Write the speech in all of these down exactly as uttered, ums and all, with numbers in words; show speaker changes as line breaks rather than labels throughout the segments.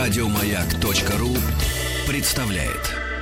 Радиомаяк.ру представляет.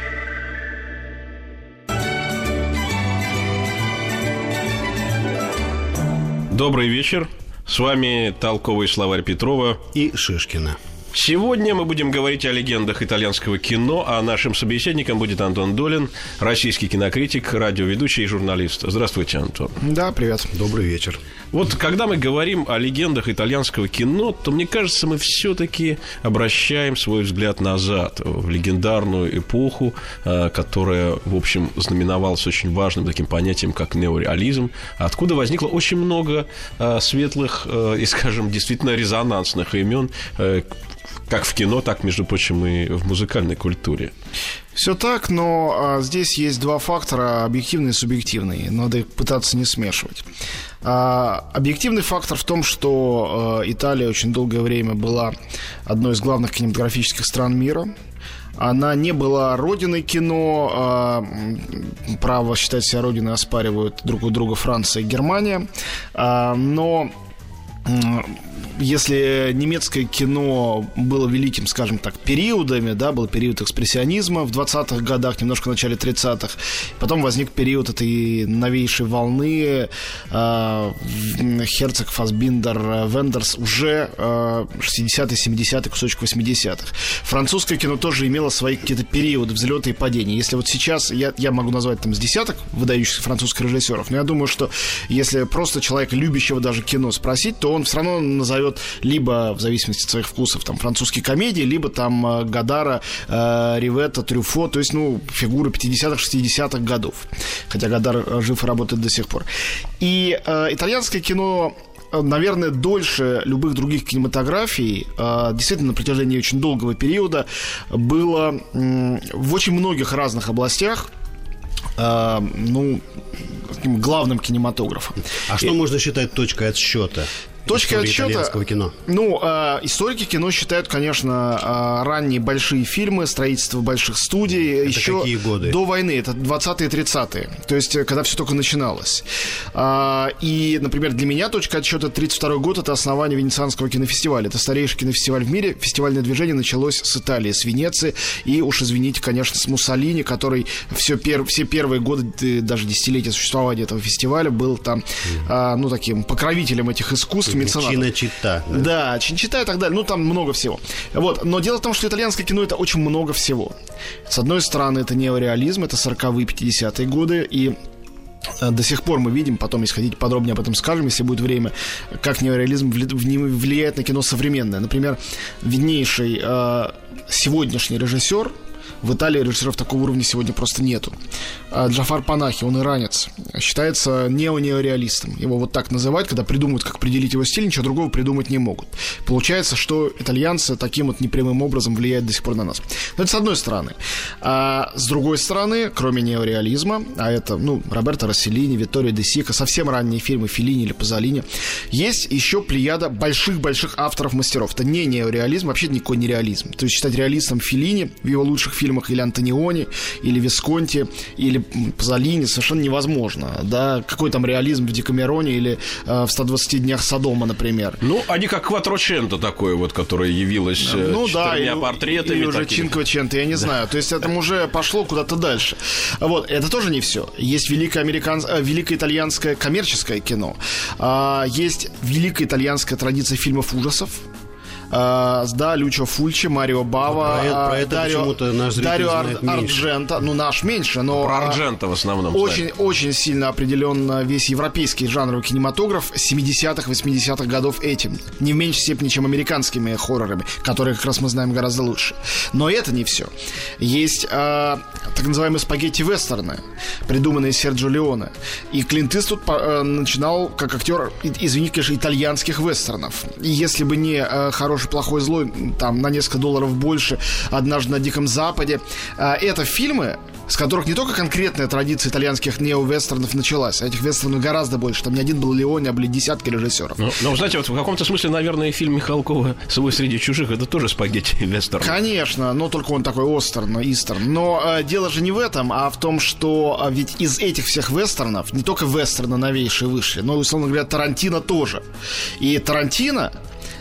Добрый вечер. С вами толковый словарь Петрова
и Шишкина.
Сегодня мы будем говорить о легендах итальянского кино, а нашим собеседником будет Антон Долин, российский кинокритик, радиоведущий и журналист. Здравствуйте, Антон.
Да, привет. Добрый вечер.
Вот когда мы говорим о легендах итальянского кино, то, мне кажется, мы все-таки обращаем свой взгляд назад, в легендарную эпоху, которая, в общем, знаменовалась очень важным таким понятием, как неореализм, откуда возникло очень много светлых и, скажем, действительно резонансных имен, как в кино, так, между прочим, и в музыкальной культуре.
Все так, но а, здесь есть два фактора, объективный и субъективный. Надо их пытаться не смешивать. А, объективный фактор в том, что а, Италия очень долгое время была одной из главных кинематографических стран мира. Она не была родиной кино, а, право считать себя родиной оспаривают друг у друга Франция и Германия, а, но... Если немецкое кино было великим, скажем так, периодами, да, был период экспрессионизма в двадцатых годах, немножко в начале тридцатых, потом возник период этой новейшей волны, э, Херцог, Фассбиндер, Вендерс, уже э, шестидесятые, семидесятые, кусочек восьмидесятых. Французское кино тоже имело свои какие-то периоды взлета и падения. Если вот сейчас, я, я могу назвать там с десяток выдающихся французских режиссеров, но я думаю, что если просто человека, любящего даже кино, спросить, то он все равно назовет либо, в зависимости от своих вкусов, там, французские комедии, либо там Годара, э, Риветта, Трюфо, то есть, ну, фигуры пятидесятых, шестидесятых годов. Хотя Годар жив и работает до сих пор. И э, итальянское кино, наверное, дольше любых других кинематографий, э, действительно, на протяжении очень долгого периода было э, в очень многих разных областях, э, ну, главным кинематографом.
А что и... можно считать точкой отсчета?
Точкой отсчета,
кино.
Ну, э, историки кино считают, конечно, э, ранние большие фильмы, строительство больших студий.
Это
еще
какие годы?
До войны, это двадцатые, тридцатые. То есть, когда все только начиналось. Э, и, например, для меня точка отсчета тридцать второй год — это основание Венецианского кинофестиваля. Это старейший кинофестиваль в мире. Фестивальное движение началось с Италии, с Венеции. И уж, извините, конечно, с Муссолини, который все, пер... все первые годы, даже десятилетия существования этого фестиваля был там, э, ну, таким покровителем этих искусств.
Чиночита.
Да, да, Чиночита и так далее. Ну, там много всего. Вот. Но дело в том, что итальянское кино — это очень много всего. С одной стороны, это неореализм, это сороковые, пятидесятые годы, и до сих пор мы видим, потом, если хотите, подробнее об этом скажем, если будет время, как неореализм влияет на кино современное. Например, виднейший э, сегодняшний режиссер, в Италии режиссеров такого уровня сегодня просто нету. Джафар Панахи, он иранец, считается неонеореалистом. Его вот так называют, когда придумывают, как определить его стиль, ничего другого придумать не могут. Получается, что итальянцы таким вот непрямым образом влияют до сих пор на нас. Но это с одной стороны. А с другой стороны, кроме неореализма, а это, ну, Роберто Росселлини, Витторио де Сика, совсем ранние фильмы Феллини или Пазолини, есть еще плеяда больших-больших авторов-мастеров. Это не неореализм, вообще никакой не реализм. То есть считать реалистом Феллини в его лучших фильмах или Антониони, или Висконти, или Пазолини совершенно невозможно. Да? Какой там реализм в Декамероне или э, в ста двадцати днях Содома, например.
Ну, они как Кватроченто такое вот, которое явилось э,
ну,
четырьмя
да,
портретами.
И уже Чинквоченто, я не да. знаю. То есть это уже пошло куда-то дальше. Вот, это тоже не все. Есть великое, американс... великое итальянское коммерческое кино. А, есть великая итальянская традиция фильмов ужасов. Uh, да, Лючо Фульчи, Марио Бава,
про,
uh,
про это
Дарио,
почему-то наш зритель
Дарио
знает
Ар-
меньше.
Арджента, ну наш меньше, но
про Арджента в основном
очень, очень сильно определен весь европейский жанровый кинематограф семидесятых, восьмидесятых годов этим, не в меньшей степени, чем американскими хоррорами, которые как раз мы знаем гораздо лучше. Но это не все. Есть uh, так называемые спагетти-вестерны, придуманные Серджио Леоне, и Клинт Иствуд uh, начинал как актер, извините, конечно, итальянских вестернов. И если бы не uh, хороший, плохой, злой, там, на несколько долларов больше, «Однажды на Диком Западе». Это фильмы, с которых не только конкретная традиция итальянских нео-вестернов началась, а этих вестернов гораздо больше. Там не один был Леоне, а были десятки режиссеров.
Но, но, знаете, вот в каком-то смысле, наверное, фильм Михалкова «Свой среди чужих» — это тоже спагетти-вестерн.
Конечно, но только он такой остерн, истерн. Но э, дело же не в этом, а в том, что э, ведь из этих всех вестернов не только вестерны новейшие вышли, но, условно говоря, Тарантино тоже. И Тарантино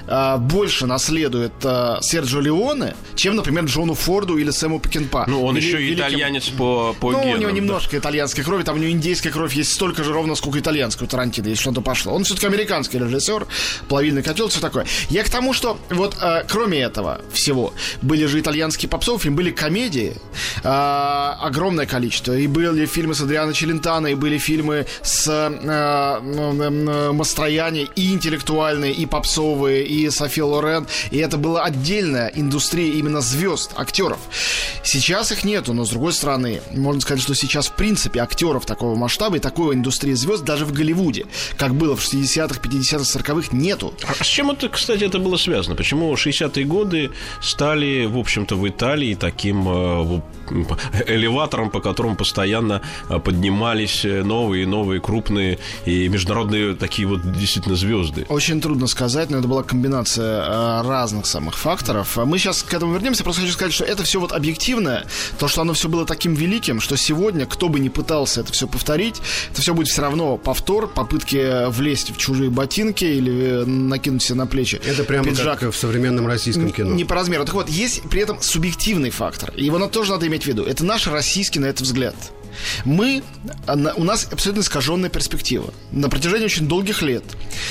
э, больше наследует э, Серджио Леоне, чем, например, Джону Форду или Сэму Пекинпа.
Ну, он
или,
еще и
великим...
итальянец по, по
Ну,
генам,
у него
да.
немножко итальянской крови, там у него индейская кровь есть столько же ровно, сколько итальянская у Тарантино, если что-то пошло. Он все-таки американский режиссер, плавильный котел, все такое. Я к тому, что вот э, кроме этого всего, были же итальянские попсовые фильмы, были комедии, э, огромное количество. И были фильмы с Адриано Челентано, и были фильмы с э, э, Мастрояни, и интеллектуальные, и попсовые, и София Лорен. И это была отдельная индустрия именно звезд, актеров. Сейчас их нету, но с другой стороны, можно сказать, что сейчас в принципе актеров такого масштаба и такой индустрии звезд даже в Голливуде, как было в шестидесятых, пятидесятых, сороковых, нету.
А с чем это, кстати, это было связано? Почему шестидесятые годы стали, в общем-то, в Италии таким э, элеватором, по которому постоянно поднимались новые и новые крупные и международные такие вот действительно звезды?
Очень трудно сказать, но это была комбинация э, разных самых факторов. Мы сейчас к этому вернемся. Просто хочу сказать, что это все вот объективное, то, что оно все было таким великим, что сегодня, кто бы ни пытался это все повторить, это все будет все равно повтор, попытки влезть в чужие ботинки или накинуть себе на плечи
Это прямо
пиджак.
как в современном российском кино.
Не по размеру. Так вот, есть при этом субъективный фактор. И его тоже надо иметь в виду. Это наш российский, на это взгляд. Мы, у нас абсолютно искаженная перспектива. На протяжении очень долгих лет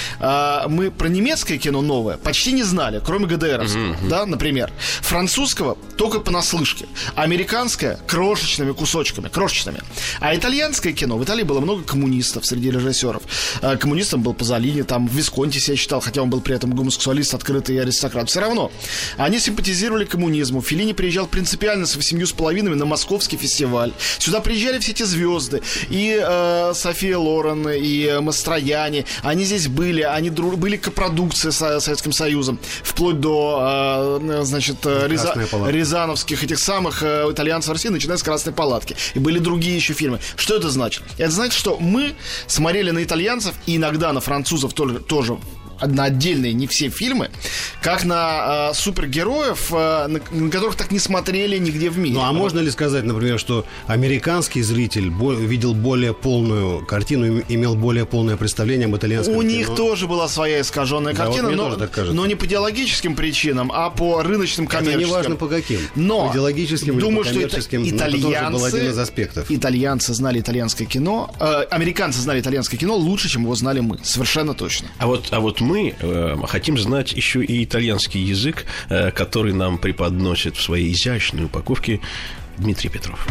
мы про немецкое кино новое почти не знали, кроме ГДРовского, mm-hmm. да, например. Французского только понаслышке. Американское крошечными кусочками, крошечными. А итальянское кино, в Италии было много коммунистов среди режиссеров. Коммунистом был Пазолини, там в Висконти себя считал, хотя он был при этом гомосексуалист, открытый аристократ. Все равно они симпатизировали коммунизму. Феллини приезжал принципиально с восемью с половиной на московский фестиваль. Сюда приезжали все эти звезды, и э, София Лорен, и э, Мастрояни, они здесь были, они дру... были копродукции с Советским Союзом, вплоть до, э, значит, Ряза... рязановских этих самых э, итальянцев России, начиная с «Красной палатки». И были другие еще фильмы. Что это значит? Это значит, что мы смотрели на итальянцев и иногда на французов тоже, тоже на отдельные, не все фильмы, как на э, супергероев, э, на, на которых так не смотрели нигде в мире.
Ну, а можно ли сказать, например, что американский зритель бо- видел более полную картину, имел более полное представление об итальянском
У
кино?
них тоже была своя искаженная
Да,
картина,
вот
но, но не по идеологическим причинам, а по рыночным, коммерческим.
Это не важно по каким.
Но
по идеологическим
думаю,
или по коммерческим,
что итальянцы,
это тоже был один из аспектов.
Итальянцы знали итальянское кино, э, американцы знали итальянское кино лучше, чем его знали мы. Совершенно точно.
А вот, а вот мы э, хотим знать еще и итальянский язык, э, который нам преподносит в своей изящной упаковке Дмитрий Петров.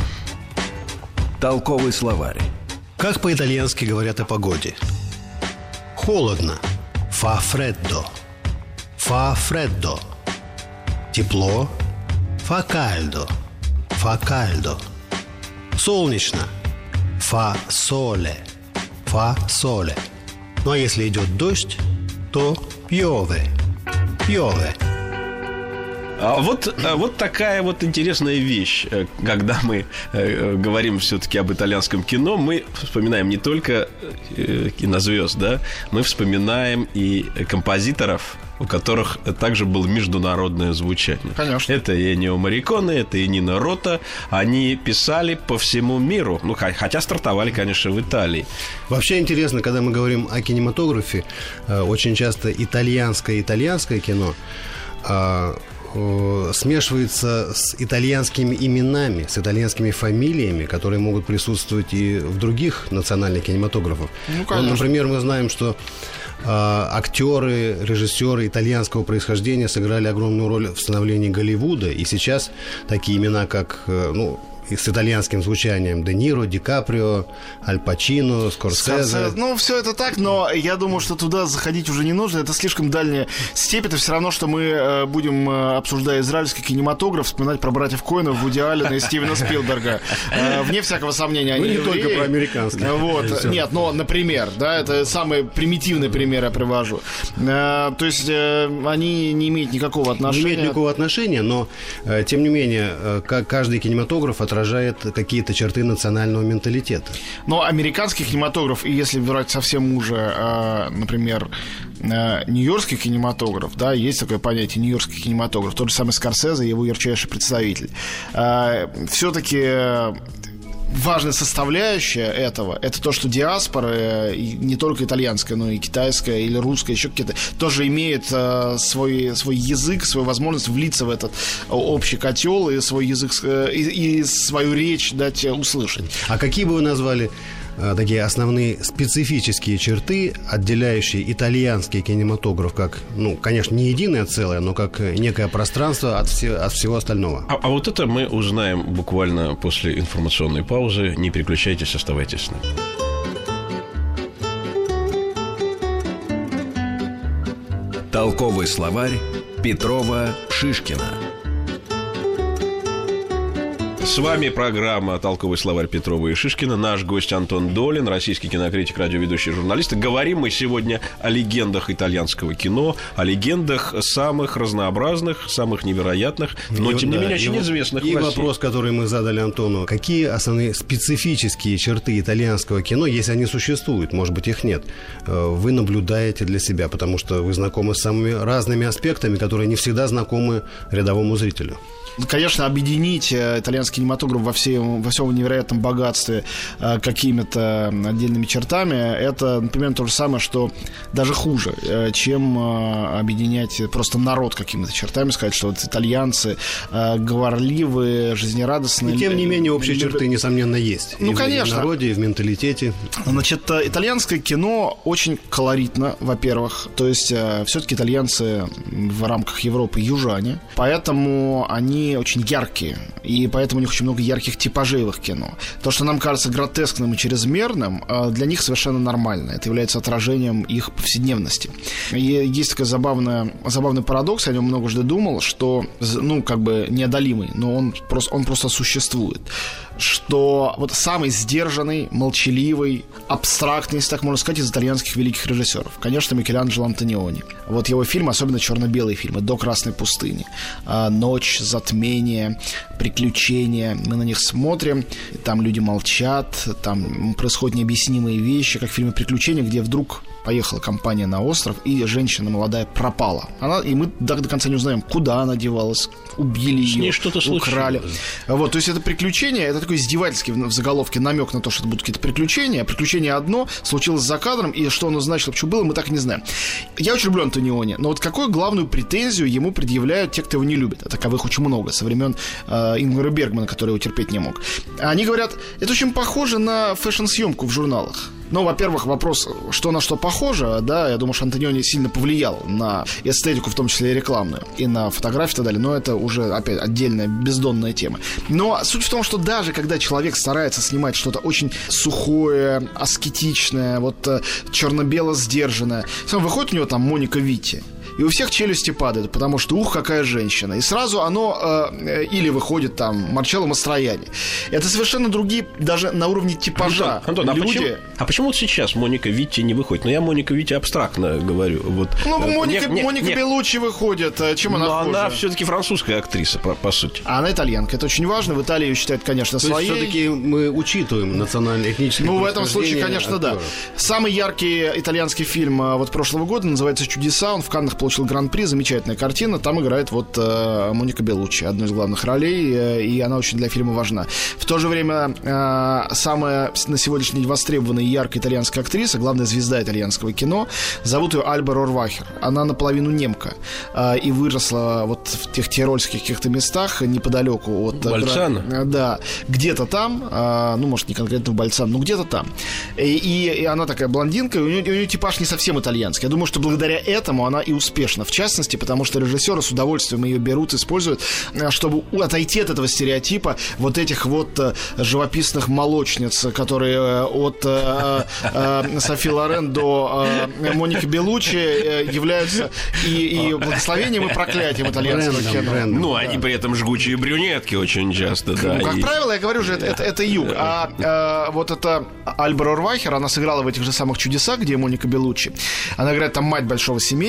Толковый словарь.
Как по-итальянски говорят о погоде? Холодно. Fa freddo. Fa freddo. Тепло. Fa caldo. Fa caldo. Солнечно. Fa sole. Fa sole. Ну а если идет дождь, то piove. Piove.
А вот, а вот такая вот интересная вещь. Когда мы э, говорим все-таки об итальянском кино, мы вспоминаем не только э, кинозвезд, да, мы вспоминаем и композиторов, у которых также было международное звучание.
Конечно.
Это и Эннио Морриконе, это и Нино Рота. Они писали по всему миру. Ну, хотя стартовали, конечно, в Италии.
Вообще интересно, когда мы говорим о кинематографе, очень часто итальянское итальянское кино смешивается с итальянскими именами, с итальянскими фамилиями, которые могут присутствовать и в других национальных кинематографах. Ну, конечно. Вот, например, мы знаем, что э, актеры, режиссеры итальянского происхождения сыграли огромную роль в становлении Голливуда, и сейчас такие имена, как, э, ну, с итальянским звучанием: Де Ниро, Ди Каприо, Аль Пачино, Скорсезе.
Скорсезе. Ну, все это так, но я думаю, что туда заходить уже не нужно. Это слишком дальняя степь. Это все равно, что мы э, будем, э, обсуждая израильский кинематограф, вспоминать про братьев Коэнов, Вуди Аллена и Стивена Спилберга. Э, вне всякого сомнения.
Ну,
они
не
евреи.
только про американский.
Вот. Нет, но, например, да, это самый примитивный пример я привожу. Э, то есть э, они не имеют никакого отношения.
Не имеют никакого отношения, но, э, тем не менее, э, каждый кинематограф отражает какие-то черты национального менталитета.
Но американский кинематограф, и если брать совсем уже, э, например, э, нью-йоркский кинематограф, да, есть такое понятие нью-йоркский кинематограф, тот же самый Скорсезе, его ярчайший представитель. Э, все-таки важная составляющая этого, это то, что диаспора, не только итальянская, но и китайская или русская, еще какие-то, тоже имеет э, свой, свой язык, свою возможность влиться в этот общий котел и свой язык, э, и, и свою речь дать услышать.
А какие бы вы назвали такие основные специфические черты, отделяющие итальянский кинематограф как, ну, конечно, не единое целое, но как некое пространство от, все, от всего остального?
А, а вот это мы узнаем буквально после информационной паузы. Не переключайтесь, оставайтесь с нами.
Толковый словарь Петрова-Шишкина.
С вами программа «Толковый словарь» Петрова и Шишкина. Наш гость Антон Долин, российский кинокритик, радиоведущий, журналист. Говорим мы сегодня о легендах итальянского кино, о легендах самых разнообразных, самых невероятных, но, и, тем не да, менее, очень и, известных
и
в России.
Вопрос, который мы задали Антону. Какие основные специфические черты итальянского кино, если они существуют, может быть, их нет, вы наблюдаете для себя? Потому что вы знакомы с самыми разными аспектами, которые не всегда знакомы рядовому зрителю.
Конечно, объединить итальянский кинематограф во всем, во всем невероятном богатстве э, какими-то отдельными чертами, это, например, то же самое, что даже хуже, э, чем э, объединять просто народ какими-то чертами, сказать, что вот итальянцы э, говорливые, жизнерадостные.
И тем не менее, общие
любят...
черты, несомненно, есть.
Ну,
и
конечно.
В народе, и в менталитете.
Значит, итальянское кино очень колоритно, во-первых. То есть, э, все-таки итальянцы в рамках Европы южане, поэтому они очень яркие, и поэтому у них очень много ярких типажей в их кино. То, что нам кажется гротескным и чрезмерным, для них совершенно нормально. Это является отражением их повседневности. И есть такой забавный, забавный парадокс, я о нем многожды думал, что, ну, как бы неодолимый, но он просто, он просто существует. Что вот самый сдержанный, молчаливый, абстрактный, если так можно сказать, из итальянских великих режиссеров, конечно, Микеланджело Антониони. Вот его фильмы, особенно черно-белые фильмы, «До Красной пустыни», «Ночь», «Затмение», «Приключения», мы на них смотрим, там люди молчат, там происходят необъяснимые вещи, как в фильме «Приключения», где вдруг поехала компания на остров, и женщина молодая пропала. Она, и мы до, до конца не узнаем, куда она девалась, убили ее,
что-то
украли.
Случилось.
Вот, то есть это приключение, это такой издевательский в заголовке намек на то, что это будут какие-то приключения. Приключение одно, случилось за кадром, и что оно значило, что было, мы так и не знаем. Я очень люблю Антониони, но вот какую главную претензию ему предъявляют те, кто его не любит? А таковых очень много, со времен э, Ингмара Бергмана, который его терпеть не мог. Они говорят, это очень похоже на фэшн-съемку в журналах. Ну, во-первых, вопрос, что на что похоже, да, я думаю, что Антониони сильно повлиял на эстетику, в том числе и рекламную, и на фотографии и так далее, но это уже, опять, отдельная бездонная тема. Но суть в том, что даже когда человек старается снимать что-то очень сухое, аскетичное, вот черно-бело сдержанное, выходит у него там Моника Витти, и у всех челюсти падают, потому что, ух, какая женщина. И сразу оно э, или выходит там Марчелло Мастроянни. Это совершенно другие, даже на уровне типажа.
Антон, Антон,
люди...
а, почему, а почему вот сейчас Моника Витти не выходит? Ну, я Моника Витти абстрактно говорю. Вот,
ну,
э,
Моника,
не, не,
Моника
не.
Беллуччи выходит. Чем она
Но
хуже?
она все-таки французская актриса, по, по сути.
А она итальянка. Это очень важно. В Италии ее считают, конечно,
То
своей.
есть все-таки мы учитываем национально-этническое
Ну, в этом случае, конечно,
актеров.
да. Самый яркий итальянский фильм вот прошлого года называется «Чудеса». Он в Каннах получил гран-при. Замечательная картина. Там играет вот э, Моника Беллуччи, одну из главных ролей, э, и она очень для фильма важна. В то же время э, самая на сегодняшний день востребованная и яркая итальянская актриса, главная звезда итальянского кино, зовут ее Альба Рорвахер. Она наполовину немка э, и выросла вот в тех тирольских каких-то местах неподалеку от...
Больцано?
Э, да, где-то там, э, ну, может, не конкретно в Больцано, но где-то там. И, и, и она такая блондинка, и у нее, у нее типаж не совсем итальянский. Я думаю, что благодаря этому она и успешна. В частности, потому что режиссеры с удовольствием ее берут, используют, чтобы отойти от этого стереотипа вот этих вот живописных молочниц, которые от э, э, Софи Лорен до э, Моники Беллуччи являются и, и благословением, и проклятием итальянского кино.
Брендом, ну, да. Они при этом жгучие брюнетки очень часто, да.
Ну, как
и...
правило, я говорю же, это, это, это юг. А э, вот эта Альба Рорвахер, она сыграла в этих же самых «Чудесах», где Моника Беллуччи. Она играет там мать большого семейства,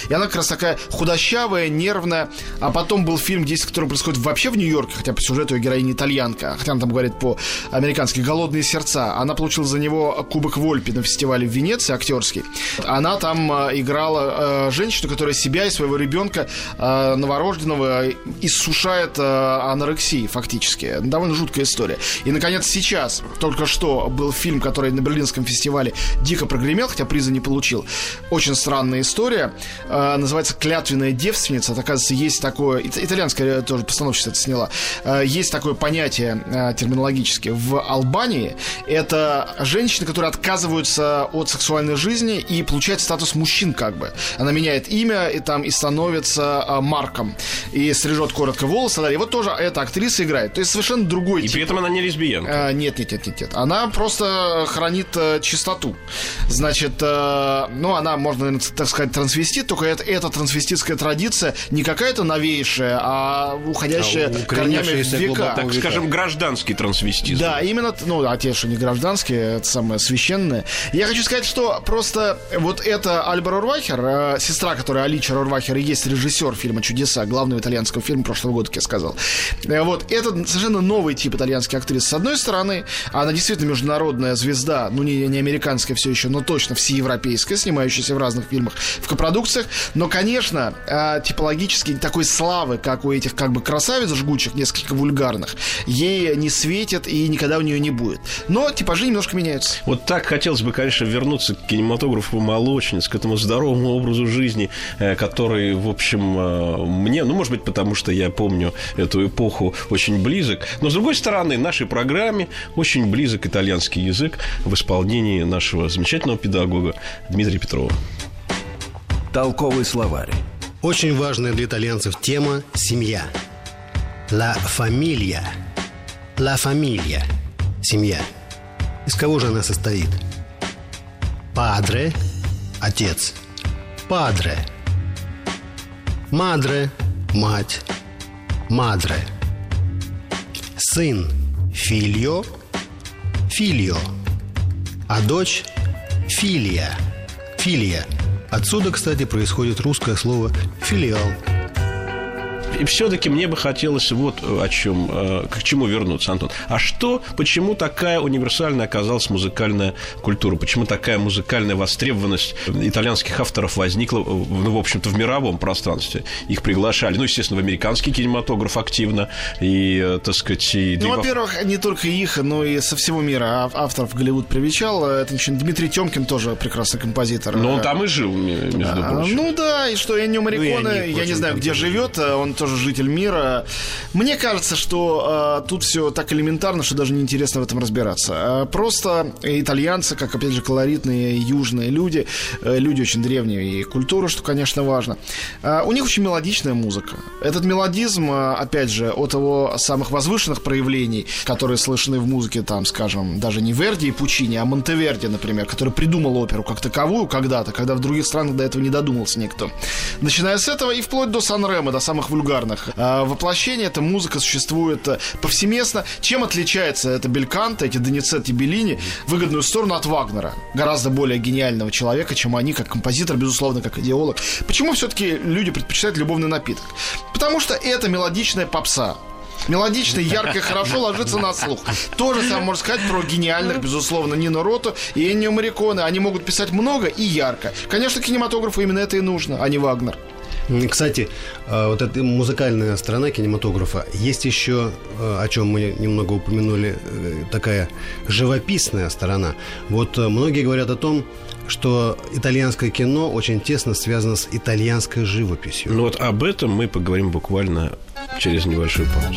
И она как раз такая худощавая, нервная. А потом был фильм, действие которого происходит вообще в Нью-Йорке, хотя по сюжету ее героиня итальянка, хотя она там говорит по-американски «Голодные сердца». Она получила за него Кубок Вольпи на фестивале в Венеции, актерский. Она там играла э, женщину, которая себя и своего ребенка э, новорожденного иссушает э, анорексией фактически. Довольно жуткая история. И, наконец, сейчас, только что был фильм, который на Берлинском фестивале дико прогремел, хотя приза не получил. Очень странная история. Э, называется «Клятвенная девственница». Это, оказывается, есть такое... Итальянская тоже постановщица это сняла. Э, есть такое понятие э, терминологически. В Албании это женщины, которые отказываются от сексуальной жизни и получают статус мужчин как бы. Она меняет имя и там и становится э, Марком. И стрижет коротко волосы. И вот тоже эта актриса играет. То есть совершенно другой
и
тип.
И при этом она не лесбиянка.
А, нет, нет, нет, нет, нет. Она просто хранит э, чистоту. Значит, э, ну, она, можно, наверное, так сказать, трансвестит, только это, эта трансвеститская традиция не какая-то новейшая, а уходящая а, корнями в века.
Так скажем, гражданский трансвестизм.
Да, именно, ну, а те, что не гражданские, это самое священное. Я хочу сказать, что просто вот эта Альба Рорвахер, э, сестра, которая Алича Рорвахер, и есть режиссер фильма «Чудеса», главного итальянского фильма прошлого года, как я сказал. Э, вот, это совершенно новый тип итальянской актрисы. С одной стороны, она действительно международная звезда, ну, не, не американская все еще, но точно всеевропейская, снимающаяся в разных фильмах, в копродукциях. Но, конечно, э, типологически такой славы, как у этих как бы красавиц жгучих, несколько вульгарных, ей не светит и никогда у нее не будет. Но типажи немножко меняются.
Вот так хотелось бы, конечно, вернуться к кинематографу молочниц, к этому здоровому образу жизни, который, в общем, мне, ну, может быть, потому что я помню эту эпоху, очень близок. Но, с другой стороны, нашей программе очень близок итальянский язык в исполнении нашего замечательного педагога Дмитрия Петрова.
Толковый словарь.
Очень важная для итальянцев тема – семья. La familia. La familia. Семья. Из кого же она состоит? Padre – отец. Padre. Madre – мать. Madre. Сын – figlio. Figlio. А дочь – filia. Filia. Отсюда, кстати, происходит русское слово «филиал».
И все-таки мне бы хотелось вот о чем, к чему вернуться, Антон. А что, почему такая универсальная оказалась музыкальная культура? Почему такая музыкальная востребованность итальянских авторов возникла, ну, в общем-то, в мировом пространстве? Их приглашали, ну, естественно, в американский кинематограф активно. И, так сказать, и...
Ну, во-первых, не только их, но и со всего мира авторов Голливуд привечал. Это еще Дмитрий Тёмкин тоже прекрасный композитор.
Но он там и жил, между прочим.
Ну, да, и что Эннио Морриконе, ну, я, не, я не знаю, где живет, он тоже житель мира. Мне кажется, что э, тут все так элементарно, что даже неинтересно в этом разбираться. Э, просто итальянцы, как, опять же, колоритные южные люди, э, люди очень древние, и культура, что, конечно, важно. Э, у них очень мелодичная музыка. Этот мелодизм, э, опять же, от его самых возвышенных проявлений, которые слышны в музыке, там, скажем, даже не Верди и Пучини, а Монтеверди, например, который придумал оперу как таковую когда-то, когда в других странах до этого не додумался никто. Начиная с этого и вплоть до Сан-Ремо, до самых вульгарных воплощение, эта музыка существует повсеместно. Чем отличается это Бельканто, эти Доницетти, Беллини, выгодную сторону от Вагнера, гораздо более гениального человека, чем они, как композитор, безусловно, как идеолог? Почему все-таки люди предпочитают любовный напиток? Потому что это мелодичная попса. Мелодично, ярко и хорошо ложится на слух. То же самое можно сказать про гениальных, безусловно, Нино Роту и Эннио Морриконе. Они могут писать много и ярко. Конечно, кинематографу именно это и нужно, а не Вагнер.
Кстати, вот эта музыкальная сторона кинематографа. Есть еще, о чем мы немного упомянули, такая живописная сторона. Вот многие говорят о том, что итальянское кино очень тесно связано с итальянской живописью.
Ну вот об этом мы поговорим буквально через небольшую паузу.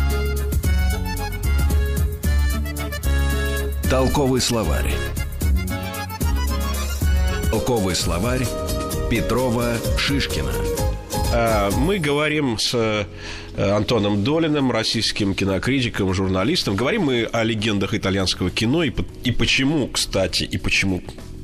Толковый словарь. Толковый словарь Петрова-Шишкина.
Мы говорим с Антоном Долиным, российским кинокритиком, журналистом. Говорим мы о легендах итальянского кино и, и почему, кстати, и почему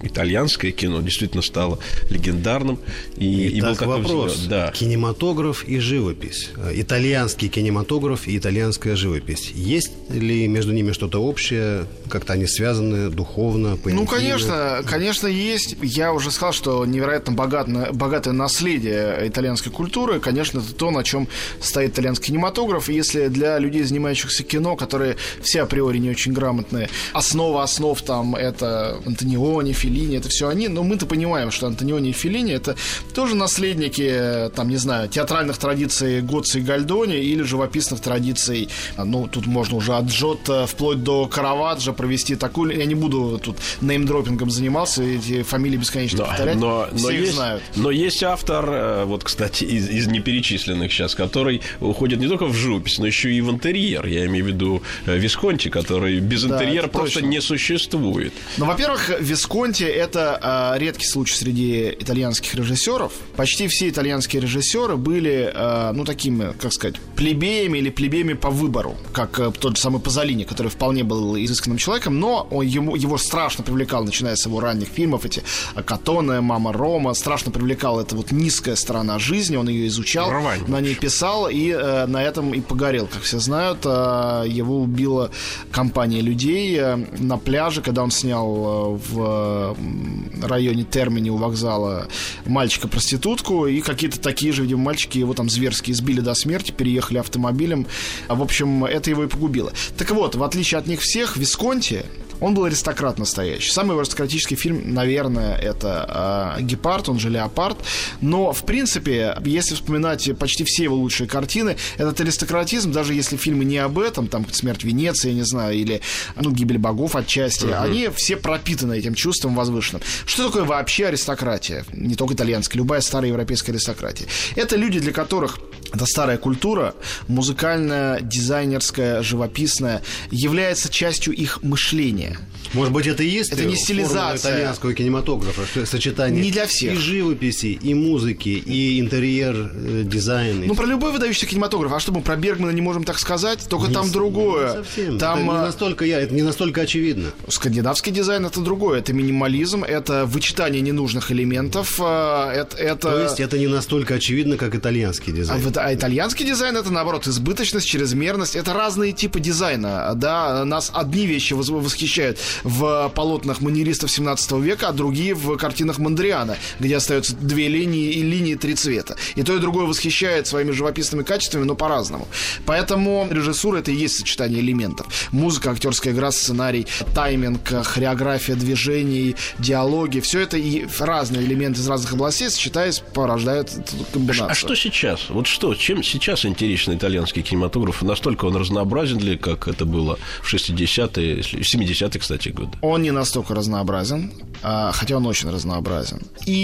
итальянское кино действительно стало легендарным. И,
и, и был вопрос. Да. Кинематограф и живопись. Итальянский кинематограф и итальянская живопись. Есть ли между ними что-то общее? Как-то они связаны духовно, понятийно?
Ну, конечно, конечно, есть. Я уже сказал, что невероятно богатое, богатое наследие итальянской культуры. Конечно, это то, на чем стоит итальянский кинематограф. И если для людей, занимающихся кино, которые все априори не очень грамотные, основа основ там это Антониони, Феллини, это все они, но мы-то понимаем, что Антониони и Феллини это тоже наследники, там, не знаю, театральных традиций Гоцци и Гальдони или живописных традиций, ну, тут можно уже от Джотто вплоть до Караваджо провести такую, я не буду тут неймдропингом занимался, эти фамилии бесконечно но, повторять,
но,
все
но
их
есть,
знают.
Но есть автор, вот, кстати, из, из неперечисленных сейчас, который уходит не только в живопись, но еще и в интерьер, я имею в виду Висконти, который без да, интерьера просто точно не существует.
Ну, во-первых, Висконти это э, редкий случай среди итальянских режиссеров. Почти все итальянские режиссеры были, э, ну, такими, как сказать, плебеями или плебеями по выбору, как э, тот же самый Пазолини, который вполне был изысканным человеком, но он, ему, его страшно привлекал, начиная с его ранних фильмов, эти Каттоне, Мама Рома, страшно привлекала эта вот низкая сторона жизни, он ее изучал, Рвань. на ней писал и э, на этом и погорел, как все знают. Э, его убила компания людей э, на пляже, когда он снял э, в э, районе Термини у вокзала мальчика-проститутку, и какие-то такие же, видимо, мальчики его там зверски избили до смерти, переехали автомобилем. В общем, это его и погубило. Так вот, в отличие от них всех, Висконти, он был аристократ настоящий. Самый аристократический фильм, наверное, это э, «Гепард», он же «Леопард». Но, в принципе, если вспоминать почти все его лучшие картины, этот аристократизм, даже если фильмы не об этом, там «Смерть Венеции», я не знаю, или ну, «Гибель богов» отчасти, uh-huh. они все пропитаны этим чувством возвышенным. Что такое вообще аристократия? Не только итальянская, любая старая европейская аристократия. Это люди, для которых эта старая культура, музыкальная, дизайнерская, живописная, является частью их мышления.
Может быть, это и есть
это не стилизация
итальянского кинематографа, что сочетание
не для всех.
И живописи, и музыки, и интерьер, э, дизайн.
Ну, про любой выдающийся кинематограф. А что мы про Бергмана не можем так сказать? Только не там с... другое.
Не совсем.
Там...
Это, не настолько, я, это не настолько очевидно.
Скандинавский дизайн — это другое. Это минимализм, это вычитание ненужных элементов. Это, это...
То есть это не настолько очевидно, как итальянский дизайн.
А, а итальянский дизайн — это, наоборот, избыточность, чрезмерность. Это разные типы дизайна. Да? Нас одни вещи восхищают в полотнах маньеристов семнадцатого века, а другие в картинах Мондриана, где остаются две линии и линии три цвета. И то, и другое восхищает своими живописными качествами, но по-разному. Поэтому режиссура — это и есть сочетание элементов. Музыка, актерская игра, сценарий, тайминг, хореография движений, диалоги. Все это и разные элементы из разных областей, сочетаясь, порождают эту комбинацию.
А что сейчас? Вот что? Чем сейчас интересен итальянский кинематограф? Настолько он разнообразен ли, как это было в шестидесятые, в семидесятые, кстати, годы?
Он не настолько разнообразен, хотя он очень разнообразен.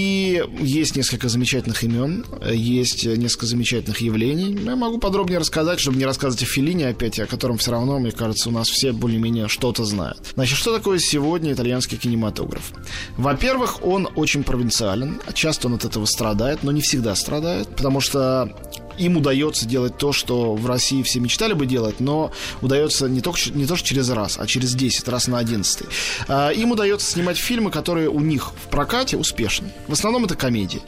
И есть несколько замечательных имен, есть несколько замечательных явлений. Я могу подробнее рассказать, чтобы не рассказывать о Феллини опять, о котором все равно, мне кажется, у нас все более-менее что-то знают. Значит, что такое сегодня итальянский кинематограф? Во-первых, он очень провинциален. Часто он от этого страдает, но не всегда страдает, потому что им удается делать то, что в России все мечтали бы делать, но удается не только не то, что через раз, а через десять, раз на одиннадцатый. Им удается снимать фильмы, которые у них в прокате успешны. В основном это комедии.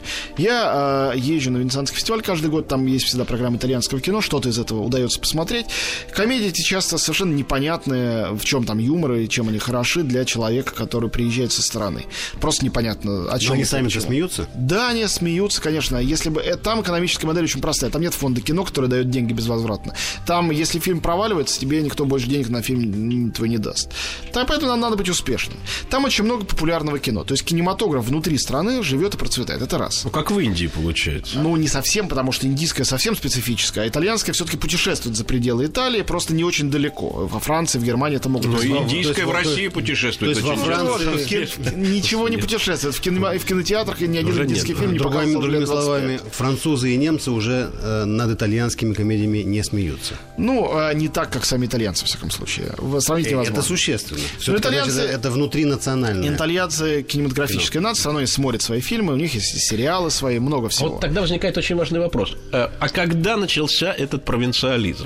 Я езжу на Венецианский фестиваль каждый год, там есть всегда программа итальянского кино, что-то из этого удается посмотреть. Комедии эти часто совершенно непонятные, в чем там юмор и чем они хороши для человека, который приезжает со стороны. Просто непонятно, о чем.
Но они сами-то смеются?
Да, они смеются, конечно. Если бы там экономическая модель очень простая. Там нет фонда кино, который дает деньги безвозвратно. Там, если фильм проваливается, тебе никто больше денег на фильм твой не даст. Так, поэтому нам надо быть успешным. Там очень много популярного кино. То есть кинематограф внутри страны живет и процветает. Это раз.
Ну, как в Индии получается.
Ну, не совсем, потому что индийская совсем специфическая, а итальянская все-таки путешествует за пределы Италии, просто не очень далеко. Во Франции, в Германии это могут быть.
Но индийская в России путешествует.
То есть во Франции
ничего не путешествует. В кинотеатрах ни один индийский фильм не показывал.
Другими словами, французы и немцы уже над итальянскими комедиями не смеются.
Ну, не так, как сами итальянцы, в всяком случае. Сравнить невозможно.
Это существенно.
Но итальянцы,
значит, это внутринациональное.
Итальянцы кинематографическая нация, все равно они смотрят свои фильмы, у них есть сериалы свои, много всего.
Вот тогда возникает очень важный вопрос. А когда начался этот провинциализм?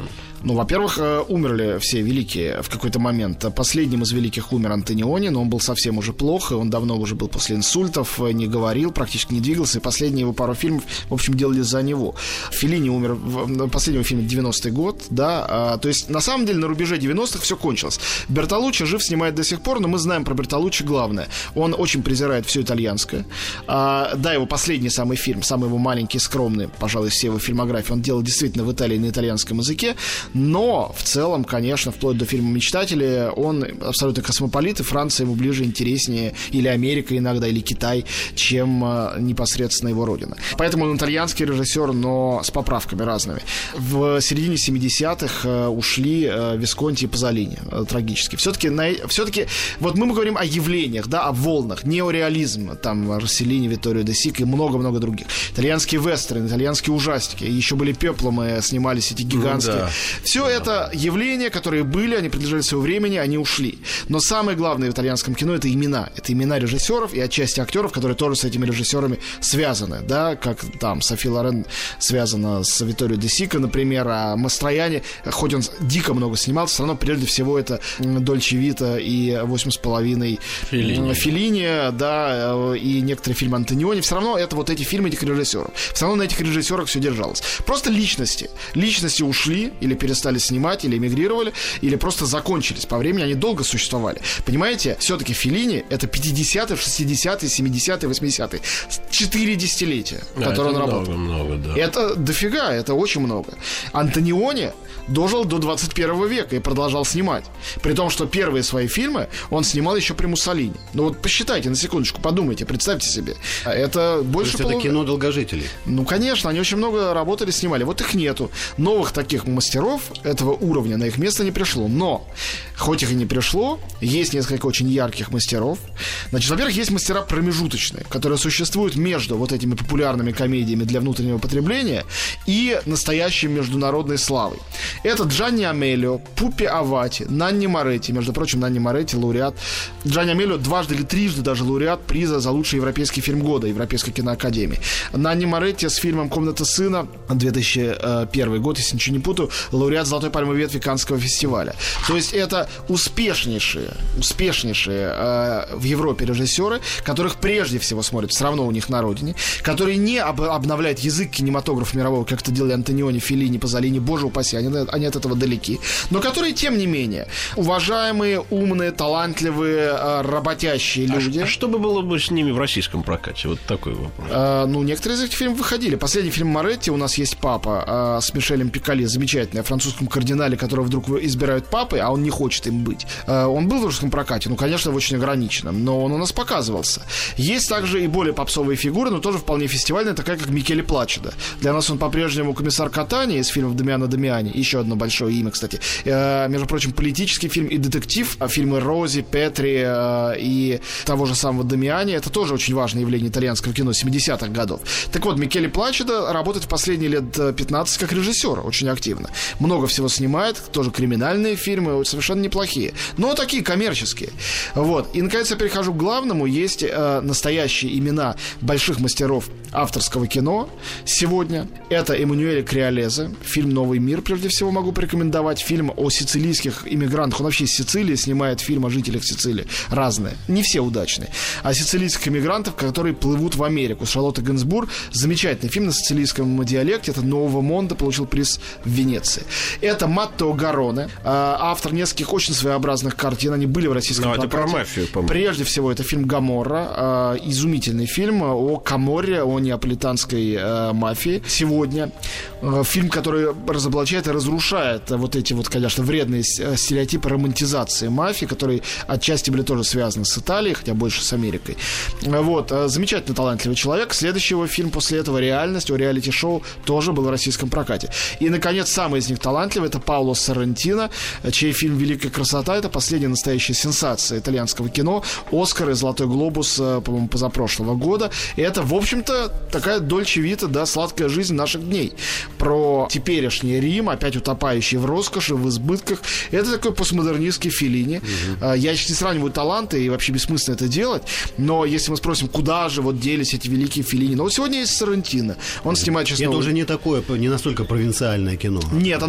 Ну, во-первых, умерли все великие в какой-то момент. Последним из великих умер Антониони, но он был совсем уже плох, и он давно уже был после инсультов, не говорил, практически не двигался, и последние его пару фильмов, в общем, делали за него. Феллини умер в последнем фильме девяностый год, да, то есть, на самом деле, на рубеже девяностых все кончилось. Бертолуччи жив, снимает до сих пор, но мы знаем про Бертолуччи главное. Он очень презирает все итальянское. А, да, его последний самый фильм, самый его маленький, скромный, пожалуй, все его фильмографии, он делал действительно в Италии на итальянском языке, но в целом, конечно, вплоть до фильма «Мечтатели», он абсолютно космополит, и Франция ему ближе, интереснее, или Америка иногда, или Китай, чем а, непосредственно его родина. Поэтому он итальянский режиссер, но с поправками разными. В середине семидесятых а, ушли а, Висконти и Пазолини, а, трагически. Все-таки, на, все-таки, вот мы говорим о явлениях, да, о волнах, неореализм, там, Росселлини, Витторио де Сика и много-много других. Итальянские вестерны, итальянские ужастики, еще были пепломы, снимались эти гигантские. Ну, да. Все да. это явления, которые были, они принадлежали своему времени, они ушли. Но самое главное в итальянском кино — это имена. Это имена режиссеров и отчасти актеров, которые тоже с этими режиссерами связаны, да, как там Софи Лорен связана с Витторио де Сика, например, а Мастрояни, хоть он дико много снимался, все равно прежде всего это Дольче Вита и «Восемь с половиной» Феллини. Феллини, да, и некоторые фильмы Антониони, все равно это вот эти фильмы этих режиссеров. Все равно на этих режиссерах все держалось. Просто личности. Личности ушли, или перестали снимать, или эмигрировали, или просто закончились. По времени они долго существовали. Понимаете, все-таки Феллини — это пятидесятые, шестидесятые, семидесятые, восьмидесятые. Четыре десятилетия,
да,
которые он работал.
Много, много, да.
Это дофига, это очень много. Антониони дожил до двадцать первого века и продолжал снимать. При том, что первые свои фильмы он снимал еще при Муссолини. Ну вот посчитайте на секундочку, подумайте, представьте себе. Это больше половины.
Это кино долгожителей.
Ну, конечно, они очень много работали, снимали. Вот их нету. Новых таких мастеров этого уровня на их место не пришло. Но, хоть их и не пришло, есть несколько очень ярких мастеров. Значит, во-первых, есть мастера промежуточные, которые существуют между вот этими популярными комедиями для внутреннего потребления и настоящей международной славой. Это Джанни Амелио, Пуппи Авати, Нанни Моретти. Между прочим, Нанни Моретти — лауреат. Джанни Амелио дважды или трижды даже лауреат приза за лучший европейский фильм года Европейской киноакадемии. Нанни Моретти с фильмом «Комната сына», две тысячи первый год, если ничего не путаю, лауреат «Золотой пальмовой ветви» Каннского фестиваля. То есть это успешнейшие, успешнейшие э, в Европе режиссеры, которых прежде всего смотрят все равно у них на родине, которые не об, обновляют язык кинематографа мирового, как это делали Антониони, Феллини, Пазолини, боже упаси, они, они от этого далеки, но которые, тем не менее, уважаемые, умные, талантливые, э, работящие люди.
А, а что бы было бы с ними в российском прокате? Вот такой вопрос.
Э, ну, некоторые из этих фильмов выходили. Последний фильм Моретти «У нас есть папа» э, с Мишелем Пикали, замечательный, о французском кардинале, которого вдруг избирают папой, а он не хочет им быть. Э, он был в русском прокате, ну, конечно, в очень ограниченном, но он у нас показывался. Есть также и более попсовые фигуры, но тоже вполне фестивальная, такая как Микеле Плачедо. Для нас он по-прежнему комиссар Катани из фильмов Дамиано Дамиани, еще одно большое имя, кстати. Э, между прочим, политический фильм и детектив, а фильмы Рози, Петри э, и того же самого Дамиани, это тоже очень важное явление итальянского кино семидесятых годов. Так вот, Микеле Плачедо работает в последние лет пятнадцать как режиссер, очень активно. Много всего снимает, тоже криминальные фильмы, совершенно неплохие, но такие коммерческие. Вот. И, наконец, я перехожу к главному. Есть э, настоящие имена больших мастеров авторского кино сегодня. Это Эммануэль Криолезе, фильм «Новый мир», прежде всего, могу порекомендовать. Фильм о сицилийских иммигрантах. Он вообще из Сицилии снимает фильм о жителях Сицилии. Разные. Не все удачные. О сицилийских иммигрантов, которые плывут в Америку. С Шарлоттой Генсбур. Замечательный фильм на сицилийском диалекте. Это «Нового Монда», получил приз в Венеции. Это Маттео Гароне, автор нескольких очень своеобразных картин. Они были в российском прокате.
Это про мафию, по-моему.
Прежде всего, это фильм «Гоморра». Изумительный фильм о Каморре, о неаполитанской мафии. Сегодня фильм, который разоблачает и разрушает вот эти вот, конечно, вредные стереотипы романтизации мафии, которые отчасти были тоже связаны с Италией, хотя больше с Америкой. Вот. Замечательно талантливый человек. Следующий его фильм после этого «Реальность», о реалити-шоу, тоже был в российском прокате. И, наконец, самый из них талантливый — это Пауло Соррентино, чей фильм «Великая красота» — это последняя настоящая сенсация итальянского кино. «Оскар» и «Золотой глобус», по-моему, позапрошлого года. И это, в общем-то, такая Дольче Вита, да, сладкая жизнь наших дней. Про теперешний Рим, опять утопающий в роскоши, в избытках. Это такой постмодернистский Феллини. Угу. Я сейчас не сравниваю таланты, и вообще бессмысленно это делать. Но если мы спросим, куда же вот делись эти великие Феллини? Ну, вот сегодня есть Соррентино. Он снимает сейчас...
Это новый... уже не такое, не настолько провинциальное кино.
Нет, оно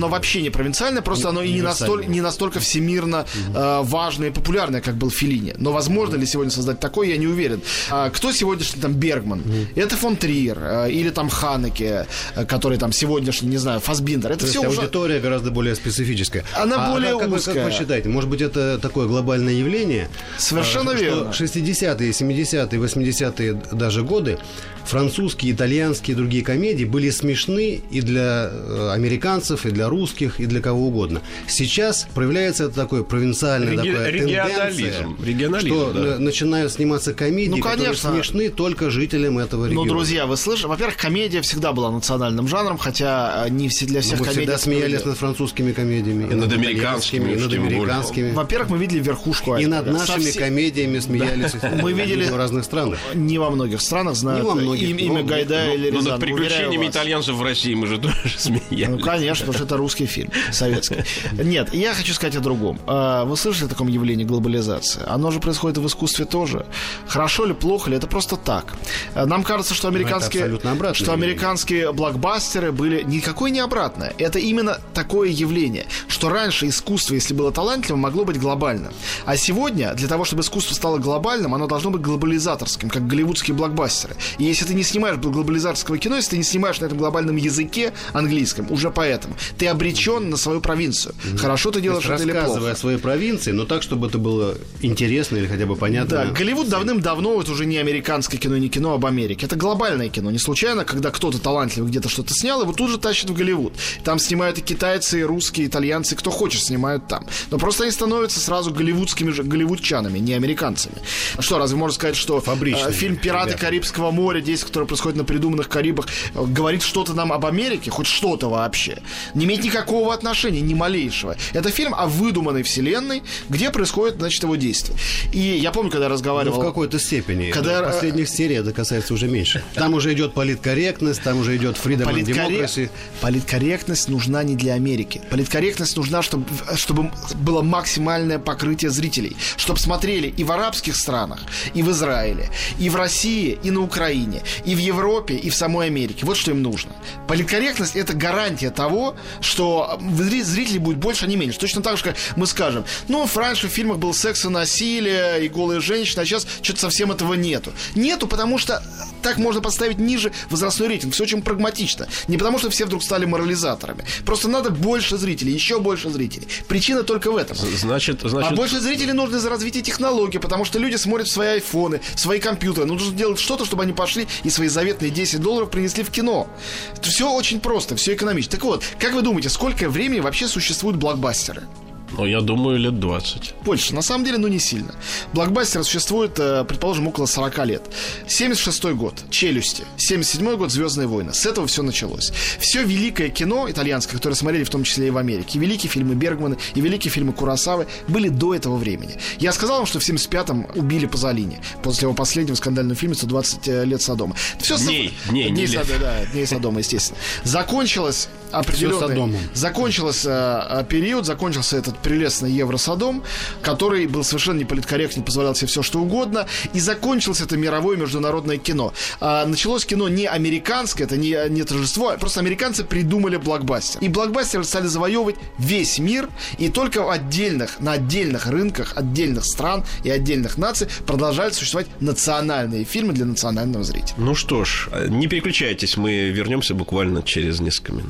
оно вообще не провинциальное, просто оно и не настолько, не настолько всемирно э, важное и популярное, как был Феллини. Но возможно ли сегодня создать такое, я не уверен. А кто сегодняшний там Бергман? Это фон Триер, э, или там Ханеке, э, который там сегодняшний, не знаю, Фассбиндер. Это
То
все
есть
уже...
аудитория гораздо более специфическая.
Она
а,
более
а как,
узкая.
Как вы считаете, может быть, это такое глобальное явление?
Совершенно
а,
верно.
Что шестидесятые, семидесятые, восьмидесятые даже годы французские, итальянские и другие комедии были смешны и для э, американцев, и для русских, и для кого угодно. Сейчас проявляется это такое провинциальное
Реги-
такое
регионализм.
тенденция,
Регионализм,
что
да.
на- начинают сниматься комедии,
Ну,
которые
конечно.
смешны только жителям этого
Ну,
региона.
друзья, вы слышите? Во-первых, комедия всегда была национальным жанром, хотя не все для всех
Мы
комедий...
всегда смеялись над французскими комедиями,
И над американскими,
и над
тем более.
американскими.
Во-первых, мы видели верхушку
И
айсберга.
над нашими
Совсем-
комедиями смеялись
Мы видели-
в разных странах.
Не во многих странах знают
Не во многих,
им- имя
но-
Гайдая или
Но
Рязанова.
над приключениями
Уверяю вас.
итальянцев в России мы же тоже смеялись.
Ну, конечно, потому что это русский фильм, советский. Нет, я хочу сказать о другом. А, Вы слышали о таком явлении глобализации? Оно же происходит и в искусстве тоже. Хорошо ли, плохо ли, это просто так. А, Нам кажется, что американские,
абсолютно обратное
что
явление.
американские блокбастеры были никакое не обратное. Это именно такое явление, что раньше искусство, если было талантливым, могло быть глобальным. А сегодня, для того, чтобы искусство стало глобальным, оно должно быть глобализаторским, как голливудские блокбастеры. И если ты не снимаешь глобализаторского кино, если ты не снимаешь на этом глобальном языке английском, уже поэтому ты обречен на свою провинцию. Хорошо ты делаешь это или
Рассказывая
плохо.
о своей провинции, но так, чтобы это было интересно или хотя бы понятно.
Да, Голливуд давным-давно, это уже не американское кино, не кино об Америке. Это глобальное кино. Не случайно, когда кто-то талантливый где-то что-то снял, его тут же тащат в Голливуд. Там снимают и китайцы, и русские, итальянцы, кто хочет, снимают там. Но просто они становятся сразу голливудскими же голливудчанами, не американцами. Что, разве можно сказать, что
Фабричные
э, фильм «Пираты
ребята.
Карибского моря», действие, которое происходит на придуманных Карибах, э, говорит что-то нам об Америке, хоть что-то вообще? Не имеет никакого отношения, ни малейшего. Это фильм о выдуманной вселенной, где происходит, значит, его действие. И я помню, когда я
Ну,
разговаривал...
в какой-то степени.
Когда-
В последних сериях это касается уже меньше. Там уже идет политкорректность, там уже идет freedom and
Политкорре-
democracy.
Политкорректность нужна не для Америки. Политкорректность нужна, чтобы, чтобы было максимальное покрытие зрителей. Чтобы смотрели и в арабских странах, и в Израиле, и в России, и на Украине, и в Европе, и в самой Америке. Вот что им нужно. Политкорректность — это гарантия того, что зрителей будет больше, а не меньше. Точно так же, как мы скажем, ну, раньше в фильмах был секс и насилие, и голые женщины, а сейчас что-то совсем этого нету. Нету, потому что так можно поставить ниже возрастной рейтинг. Все очень прагматично. Не потому, что все вдруг стали морализаторами. Просто надо больше зрителей, еще больше зрителей. Причина только в этом.
Значит, значит...
А больше зрителей нужно за развитие технологий, потому что люди смотрят в свои айфоны, в свои компьютеры. Нужно делать что-то, чтобы они пошли и свои заветные десять долларов принесли в кино. Все очень просто, все экономично. Так вот, как вы думаете, сколько времени вообще существуют блокбастеры?
Ну, я думаю, лет двадцать.
Больше. На самом деле, ну, не сильно. Блокбастер существует, предположим, около сорок лет. семьдесят шестой год. «Челюсти». семьдесят седьмой год. «Звездные войны». С этого все началось. Все великое кино итальянское, которое смотрели в том числе и в Америке, и великие фильмы Бергмана, и великие фильмы Куросавы были до этого времени. Я сказал вам, что в семьдесят пятом убили Пазолини после его последнего скандального фильма «сто двадцать лет Содома». Все
Дней, дней,
дней,
не лет.
Содома, да, дней Содома, естественно. Закончилось определенный...
Содомом.
Закончился период, закончился этот прелестный Евросодом, который был совершенно неполиткорректен, позволял себе все, что угодно, и закончилось это мировое международное кино. А, началось кино не американское, это не, не торжество, а просто американцы придумали блокбастер. И блокбастеры стали завоевывать весь мир, и только в отдельных, на отдельных рынках, отдельных стран и отдельных наций продолжают существовать национальные фильмы для национального зрителя.
Ну что ж, не переключайтесь, мы вернемся буквально через несколько минут.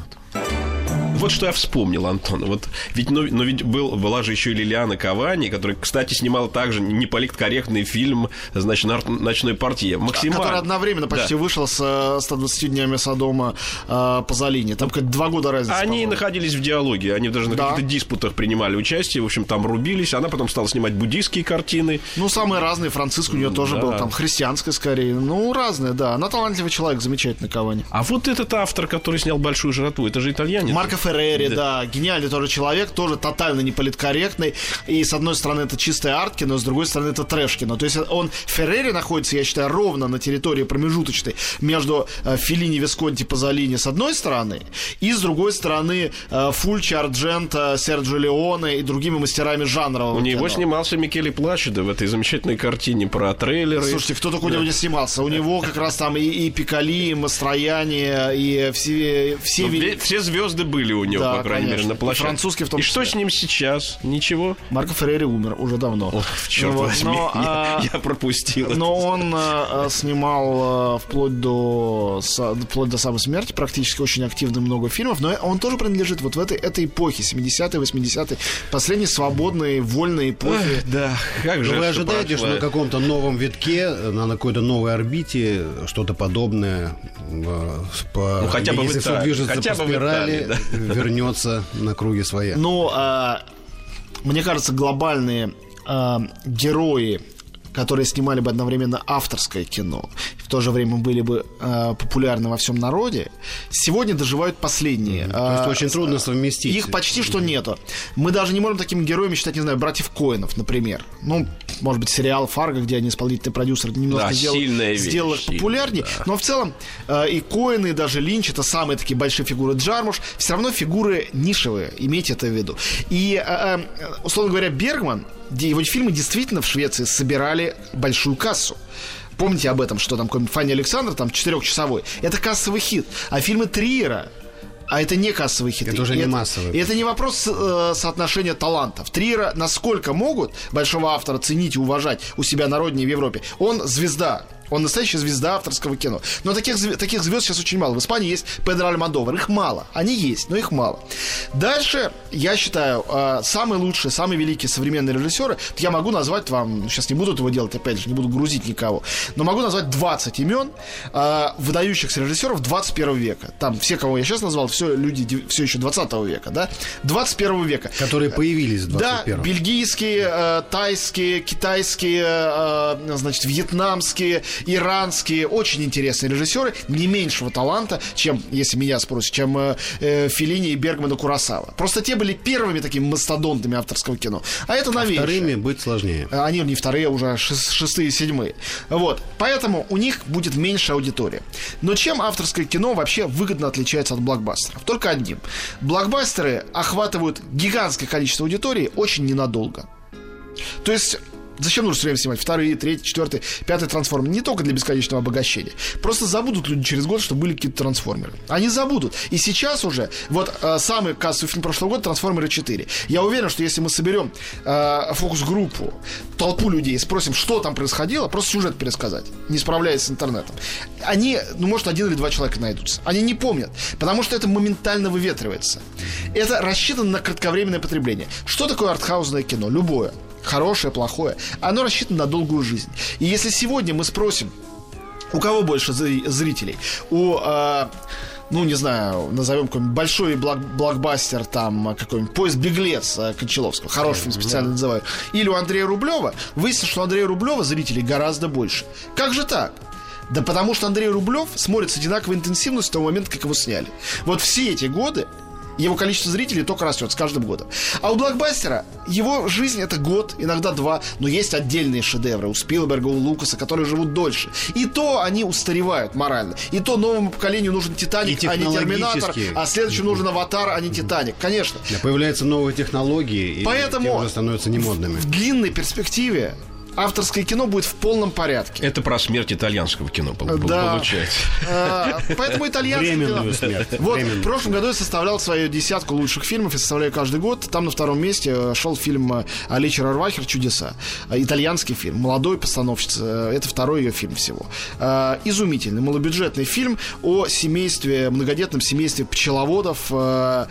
Вот что я вспомнил, Антон. Вот ведь, но, но ведь был, была же еще и Лилиана Кавани, которая, кстати, снимала также неполиткорректный фильм, значит, «Ночной портье». Максимально.
Который одновременно почти
да.
вышел с ста двадцатью днями Содома э, Пазолини. Там как два года разницы.
Они
по-моему.
находились в диалоге, они даже на
Да.
каких-то диспутах принимали участие, в общем, там рубились. Она потом стала снимать буддийские картины.
Ну, самые разные. Франциск у нее тоже
Да.
был. Там христианская скорее. Ну, разные, да. Она талантливый человек, замечательный Кавани.
А вот этот автор, который снял «Большую жратву», это же итальянец.
Марко Феррери, да. Гениальный тоже человек, тоже тотально неполиткорректный. И с одной стороны это чистое арт-кино, с другой стороны это трэш-кино. То есть он, Феррери, находится, я считаю, ровно на территории промежуточной между э, Феллини, Висконти, Пазолини с одной стороны, и с другой стороны э, Фульчи, Ардженто, Серджио Леоне и другими мастерами жанрового
У него
кино.
снимался Микеле Плачидо в этой замечательной картине про трейлеры.
Слушайте, кто только у него не снимался. У него как раз там и, и Пиколи, и Мастрояни, и все, все,
Ну,
вели-
ве- все звезды были у него,
Да,
по крайней
конечно.
мере, на
И
площадке.
французский в том
И что
числе.
с ним сейчас? Ничего?
Марко Феррери умер уже давно.
Ох, черт
Вот,
возьми,
но,
я,
а,
я пропустил это.
Но он э, снимал э, вплоть до со- вплоть до самой смерти практически очень активно много фильмов, но он тоже принадлежит вот в этой, этой эпохе, семидесятые, восьмидесятые, последней свободной, вольной эпохи.
Эх, да, как
Но
же
вы
это
ожидаете, что
прошло?
на каком-то новом витке, на какой-то новой орбите что-то подобное, э, по,
Ну, хотя бы в
если все
Италии,
движется
хотя
по
бы в
спирали,
Италии,
вернется на круги своя.
Ну, а, мне кажется, глобальные а, герои, которые снимали бы одновременно авторское кино, в то же время были бы э, популярны во всем народе, сегодня доживают последние.
Mm-hmm. То есть
Э,
очень трудно совместить.
Их почти что нету. Мы даже не можем такими героями считать, не знаю, братьев Коэнов, например. Ну, может быть, сериал «Фарго», где они исполнительный продюсер, немножко
Да,
сделал,
сильная вещь,
сделал их
сильная,
популярнее.
да.
Но в целом э, и Коэны, и даже Линч, это самые такие большие фигуры. Джармуш, все равно фигуры нишевые, имейте это в виду. И, э, э, условно говоря, Бергман, где его фильмы действительно в Швеции собирали большую кассу. Помните об этом, что там какой-нибудь Фанни Александр, там четырехчасовой. Это кассовый хит. А фильмы Триера, а это не кассовый хит.
Это уже
и
не
это,
массовый.
И это не вопрос э, соотношения талантов. Триера насколько могут большого автора ценить и уважать у себя на родине в Европе. Он звезда. Он настоящая звезда авторского кино. Но таких, зв- таких звезд сейчас очень мало. В Испании есть Педро Альмодовар. Их мало. Они есть, но их мало. Дальше, я считаю, э, самые лучшие, самые великие современные режиссеры, я могу назвать вам, сейчас не буду этого делать, опять же, не буду грузить никого, но могу назвать двадцать имен э, выдающихся режиссеров двадцать первого века. Там все, кого я сейчас назвал, все люди ди- все еще двадцатого века, да? двадцать первого века.
Которые появились в двадцать
Да,
первом.
бельгийские, э, тайские, китайские, э, значит, вьетнамские, иранские, очень интересные режиссеры, не меньшего таланта, чем, если меня спросят, чем э, э, Феллини и Бергман и Куросава. Просто те были первыми такими мастодонтами авторского кино. А это новейшее.
Вторыми быть сложнее.
Они не вторые, а уже шест- шестые, седьмые. Вот. Поэтому у них будет меньше аудитория. Но чем авторское кино вообще выгодно отличается от блокбастеров? Только одним. Блокбастеры охватывают гигантское количество аудитории очень ненадолго. То есть... Зачем нужно все время снимать вторые, третий, четвертый, пятый трансформер? Не только для бесконечного обогащения. Просто забудут люди через год, что были какие-то трансформеры. Они забудут. И сейчас уже, вот э, самый кассовый фильм прошлого года «Трансформеры четыре». Я уверен, что если мы соберем э, фокус-группу, толпу людей и спросим, что там происходило, просто сюжет пересказать, не справляясь с интернетом, они, ну, может, один или два человека найдутся. Они не помнят, потому что это моментально выветривается. Это рассчитано на кратковременное потребление. Что такое артхаусное кино? Любое. Хорошее, плохое, оно рассчитано на долгую жизнь. И если сегодня мы спросим, у кого больше зрителей? У, э, ну, не знаю, назовем какой-нибудь большой блок- блокбастер, там, какой-нибудь «Поезд Беглец» Кончаловского, хороший фильм специально называю, или у Андрея Рублева, выяснится, что у Андрея Рублева зрителей гораздо больше. Как же так? Да потому что Андрей Рублев смотрит с одинаковой интенсивностью с того момента, как его сняли. Вот все эти годы его количество зрителей только растет с каждым годом. А у блокбастера его жизнь — это год, иногда два. Но есть отдельные шедевры у Спилберга, у Лукаса, которые живут дольше. И то они устаревают морально. И то новому поколению нужен «Титаник», а не «Терминатор», а следующему нужен «Аватар», а не «Титаник». Конечно.
Да, появляются новые технологии, и
Поэтому
те уже становятся немодными.
В длинной перспективе авторское кино будет в полном порядке.
Это про смерть итальянского кино пол-
Да.
получается.
А, Поэтому итальянское
Временную
кино...
смерть.
Вот,
Временную.
в прошлом году я составлял свою десятку лучших фильмов и составляю каждый год. Там на втором месте шел фильм Аличи Рарвахер «Чудеса». Итальянский фильм, молодой постановщица. Это второй ее фильм всего. Изумительный, малобюджетный фильм о семействе, многодетном семействе пчеловодов в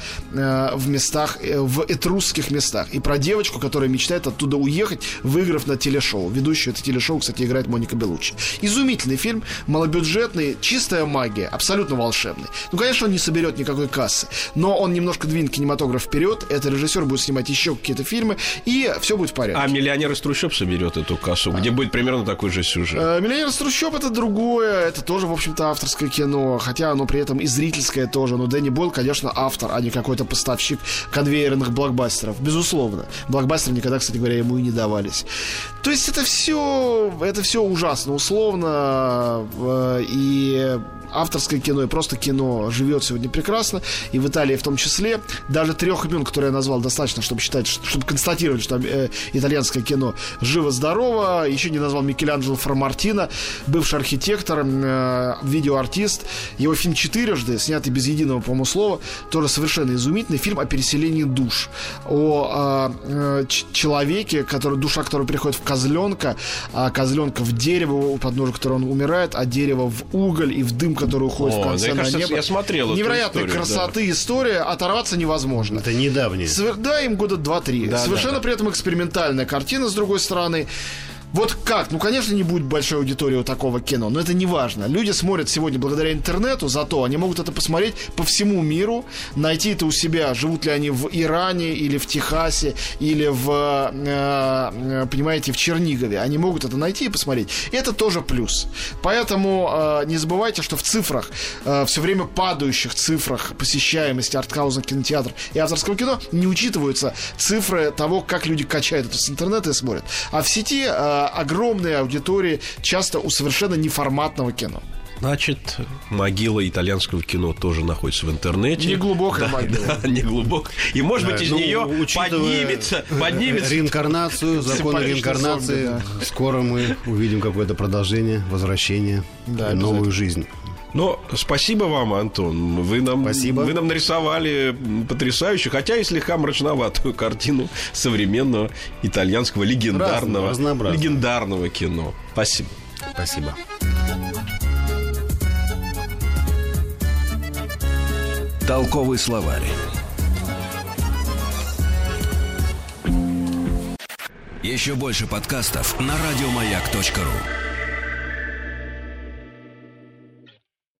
местах, в этрусских местах. И про девочку, которая мечтает оттуда уехать, выиграв на телешоу. Ведущую это телешоу, кстати, играет Моника Беллуччи. Изумительный фильм, малобюджетный, чистая магия, абсолютно волшебный. Ну, конечно, он не соберет никакой кассы, но он немножко двинет кинематограф вперед. Этот режиссер будет снимать еще какие-то фильмы, и все будет в порядке.
А «Миллионер из трущоб» соберет эту кассу, где будет примерно такой же сюжет.
Э, «Миллионер из трущоб» — это другое, это тоже, в общем-то, авторское кино, хотя оно при этом и зрительское тоже. Но Дэнни Бойл, конечно, автор, а не какой-то поставщик конвейерных блокбастеров, безусловно. Блокбастеры никогда, кстати говоря, ему и не давались. То есть это все, это все ужасно условно, э, и авторское кино и просто кино живет сегодня прекрасно, и в Италии в том числе. Даже трех имен, которые я назвал, достаточно, чтобы считать, чтобы констатировать, что э, итальянское кино живо-здорово. Еще не назвал Микеланджело Фрамартино, бывший архитектор, э, видеоартист. Его фильм «Четырежды», снятый без единого, по-моему, слова, тоже совершенно изумительный фильм о переселении душ, о э, э, человеке, который, душа, которая приходит в козленка, а козленка в дерево, у подножия которого он умирает, а дерево в уголь и в дым, который уходит О, в конце
на
кажется,
небо. Я смотрел
невероятной
эту историю,
красоты
да.
история, оторваться невозможно.
Это недавнее.
Свер... Да, им года два-три.
Да,
Совершенно
да, да.
при этом экспериментальная картина, с другой стороны. Вот как? Ну, конечно, не будет большой аудитории у такого кино, но это не важно. Люди смотрят сегодня благодаря интернету, зато они могут это посмотреть по всему миру, найти это у себя, живут ли они в Иране, или в Техасе, или в, э, понимаете, в Чернигове. Они могут это найти и посмотреть. Это тоже плюс. Поэтому э, не забывайте, что в цифрах, э, все время падающих цифрах посещаемости артхаусных кинотеатров и авторского кино не учитываются цифры того, как люди качают это с интернета и смотрят. А в сети э, огромные аудитории, часто у совершенно неформатного кино.
Значит, могила итальянского кино тоже находится в интернете.
Неглубокая
да,
могила.
Да, неглубокая. И, может да, быть, из ну, нее поднимется, поднимется...
Реинкарнацию, законы реинкарнации. Зомби, да. Скоро мы увидим какое-то продолжение, возвращение, да, новую жизнь.
Но спасибо вам, Антон. Вы нам,
спасибо.
Вы нам нарисовали потрясающую, хотя и слегка мрачноватую картину современного итальянского легендарного, легендарного кино. Спасибо.
Спасибо.
Толковый словарь. Еще больше подкастов на радиомаяк точка ру.